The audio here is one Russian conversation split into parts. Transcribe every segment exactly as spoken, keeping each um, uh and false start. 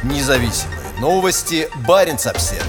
Независимые новости. Баренц-Обсервер.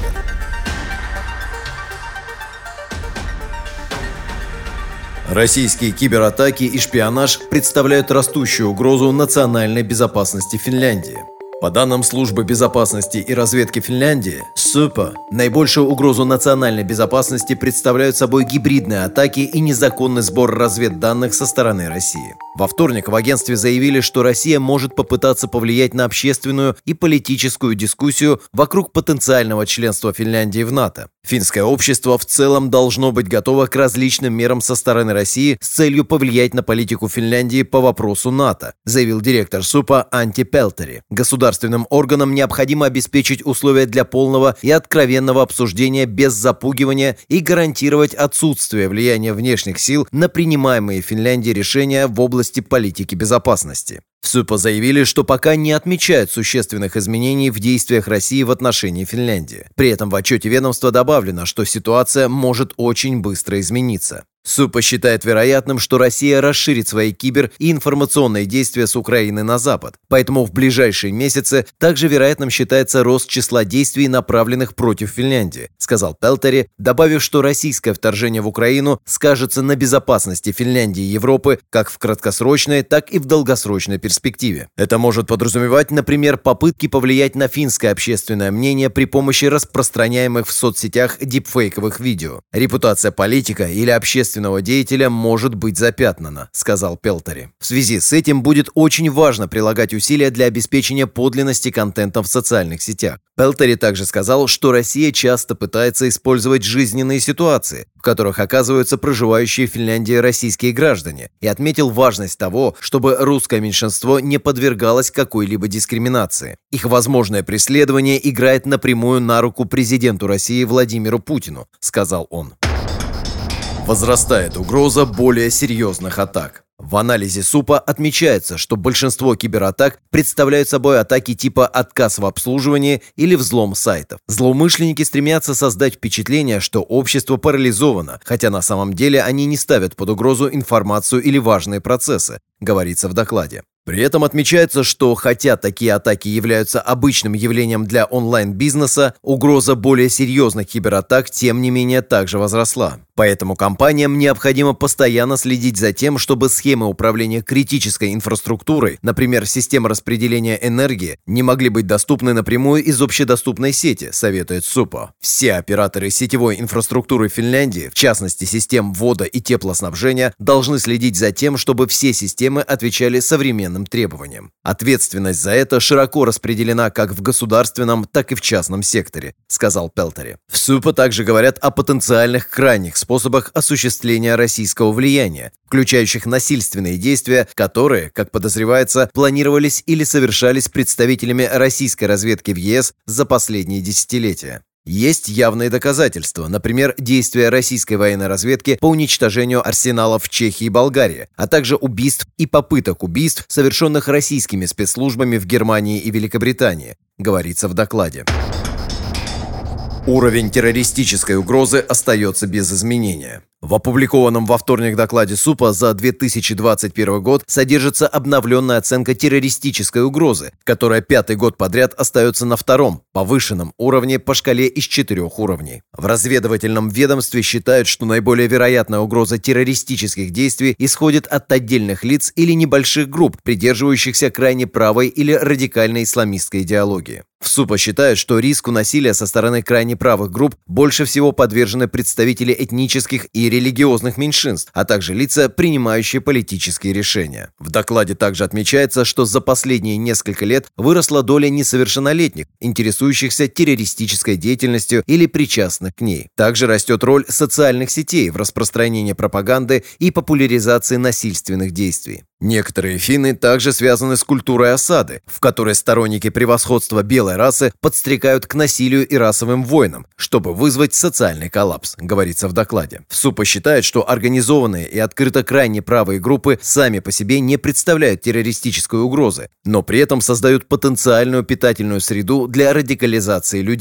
Российские кибератаки и шпионаж представляют растущую угрозу национальной безопасности Финляндии. По данным Службы безопасности и разведки Финляндии, СУПА, наибольшую угрозу национальной безопасности представляют собой гибридные атаки и незаконный сбор разведданных со стороны России. Во вторник в агентстве заявили, что Россия может попытаться повлиять на общественную и политическую дискуссию вокруг потенциального членства Финляндии в НАТО. Финское общество в целом должно быть готово к различным мерам со стороны России с целью повлиять на политику Финляндии по вопросу НАТО, заявил директор СУПА Анти Пелтери. Государственным органам необходимо обеспечить условия для полного и откровенного обсуждения без запугивания и гарантировать отсутствие влияния внешних сил на принимаемые Финляндией решения в области политики безопасности. В СУПА заявили, что пока не отмечают существенных изменений в действиях России в отношении Финляндии. При этом в отчете ведомства добавлено, что ситуация может очень быстро измениться. СУПА считает вероятным, что Россия расширит свои кибер- и информационные действия с Украины на Запад. Поэтому в ближайшие месяцы также вероятным считается рост числа действий, направленных против Финляндии, сказал Пелтери, добавив, что российское вторжение в Украину скажется на безопасности Финляндии и Европы как в краткосрочной, так и в долгосрочной перспективе. Это может подразумевать, например, попытки повлиять на финское общественное мнение при помощи распространяемых в соцсетях дипфейковых видео. Репутация политика или общественного деятеля может быть запятнана, сказал Пелтери. В связи с этим будет очень важно прилагать усилия для обеспечения подлинности контента в социальных сетях. Пелтери также сказал, что Россия часто пытается использовать жизненные ситуации, в которых оказываются проживающие в Финляндии российские граждане, и отметил важность того, чтобы русское меньшинство не подвергалось какой-либо дискриминации. Их возможное преследование играет напрямую на руку президенту России Владимиру Путину, сказал он. Возрастает угроза более серьезных атак. В анализе СУПА отмечается, что большинство кибератак представляют собой атаки типа отказ в обслуживании или взлом сайтов. Злоумышленники стремятся создать впечатление, что общество парализовано, хотя на самом деле они не ставят под угрозу информацию или важные процессы, говорится в докладе. При этом отмечается, что хотя такие атаки являются обычным явлением для онлайн-бизнеса, угроза более серьезных кибератак, тем не менее, также возросла. Поэтому компаниям необходимо постоянно следить за тем, чтобы схемы управления критической инфраструктурой, например, система распределения энергии, не могли быть доступны напрямую из общедоступной сети, советует СУПА. Все операторы сетевой инфраструктуры Финляндии, в частности систем водо- и теплоснабжения, должны следить за тем, чтобы все системы отвечали современным требованиям. Ответственность за это широко распределена как в государственном, так и в частном секторе, сказал Пелтери. В СУПА также говорят о потенциальных крайних способах осуществления российского влияния, включающих насильственные действия, которые, как подозревается, планировались или совершались представителями российской разведки в ЕС за последние десятилетия. Есть явные доказательства, например, действия российской военной разведки по уничтожению арсеналов в Чехии и Болгарии, а также убийств и попыток убийств, совершенных российскими спецслужбами в Германии и Великобритании, говорится в докладе. Уровень террористической угрозы остается без изменения. В опубликованном во вторник докладе СУПА за две тысячи двадцать первый год содержится обновленная оценка террористической угрозы, которая пятый год подряд остается на втором, повышенном уровне по шкале из четырех уровней. В разведывательном ведомстве считают, что наиболее вероятная угроза террористических действий исходит от отдельных лиц или небольших групп, придерживающихся крайне правой или радикальной исламистской идеологии. В СУПА считают, что риску насилия со стороны крайне правых групп больше всего подвержены представители этнических и религиозных меньшинств, а также лица, принимающие политические решения. В докладе также отмечается, что за последние несколько лет выросла доля несовершеннолетних, интересующихся террористической деятельностью или причастных к ней. Также растет роль социальных сетей в распространении пропаганды и популяризации насильственных действий. Некоторые финны также связаны с культурой осады, в которой сторонники превосходства белой расы подстрекают к насилию и расовым войнам, чтобы вызвать социальный коллапс, говорится в докладе. СУПА считает, что организованные и открыто крайне правые группы сами по себе не представляют террористической угрозы, но при этом создают потенциальную питательную среду для радикализации людей.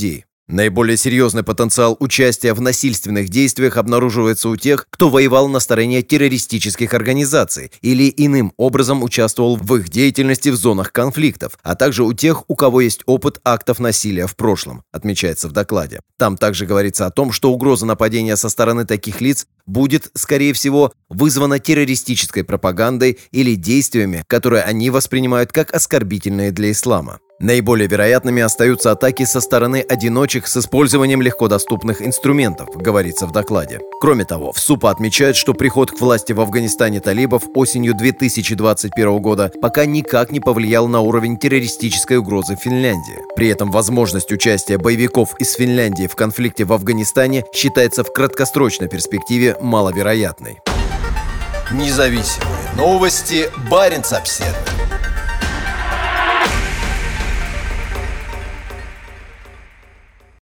Наиболее серьезный потенциал участия в насильственных действиях обнаруживается у тех, кто воевал на стороне террористических организаций или иным образом участвовал в их деятельности в зонах конфликтов, а также у тех, у кого есть опыт актов насилия в прошлом, отмечается в докладе. Там также говорится о том, что угроза нападения со стороны таких лиц будет, скорее всего, вызвана террористической пропагандой или действиями, которые они воспринимают как оскорбительные для ислама. Наиболее вероятными остаются атаки со стороны одиночек с использованием легкодоступных инструментов, говорится в докладе. Кроме того, в СУПА отмечают, что приход к власти в Афганистане талибов осенью две тысячи двадцать первого года пока никак не повлиял на уровень террористической угрозы в Финляндии. При этом возможность участия боевиков из Финляндии в конфликте в Афганистане считается в краткосрочной перспективе маловероятной. Независимые новости. Баренц-Обседный.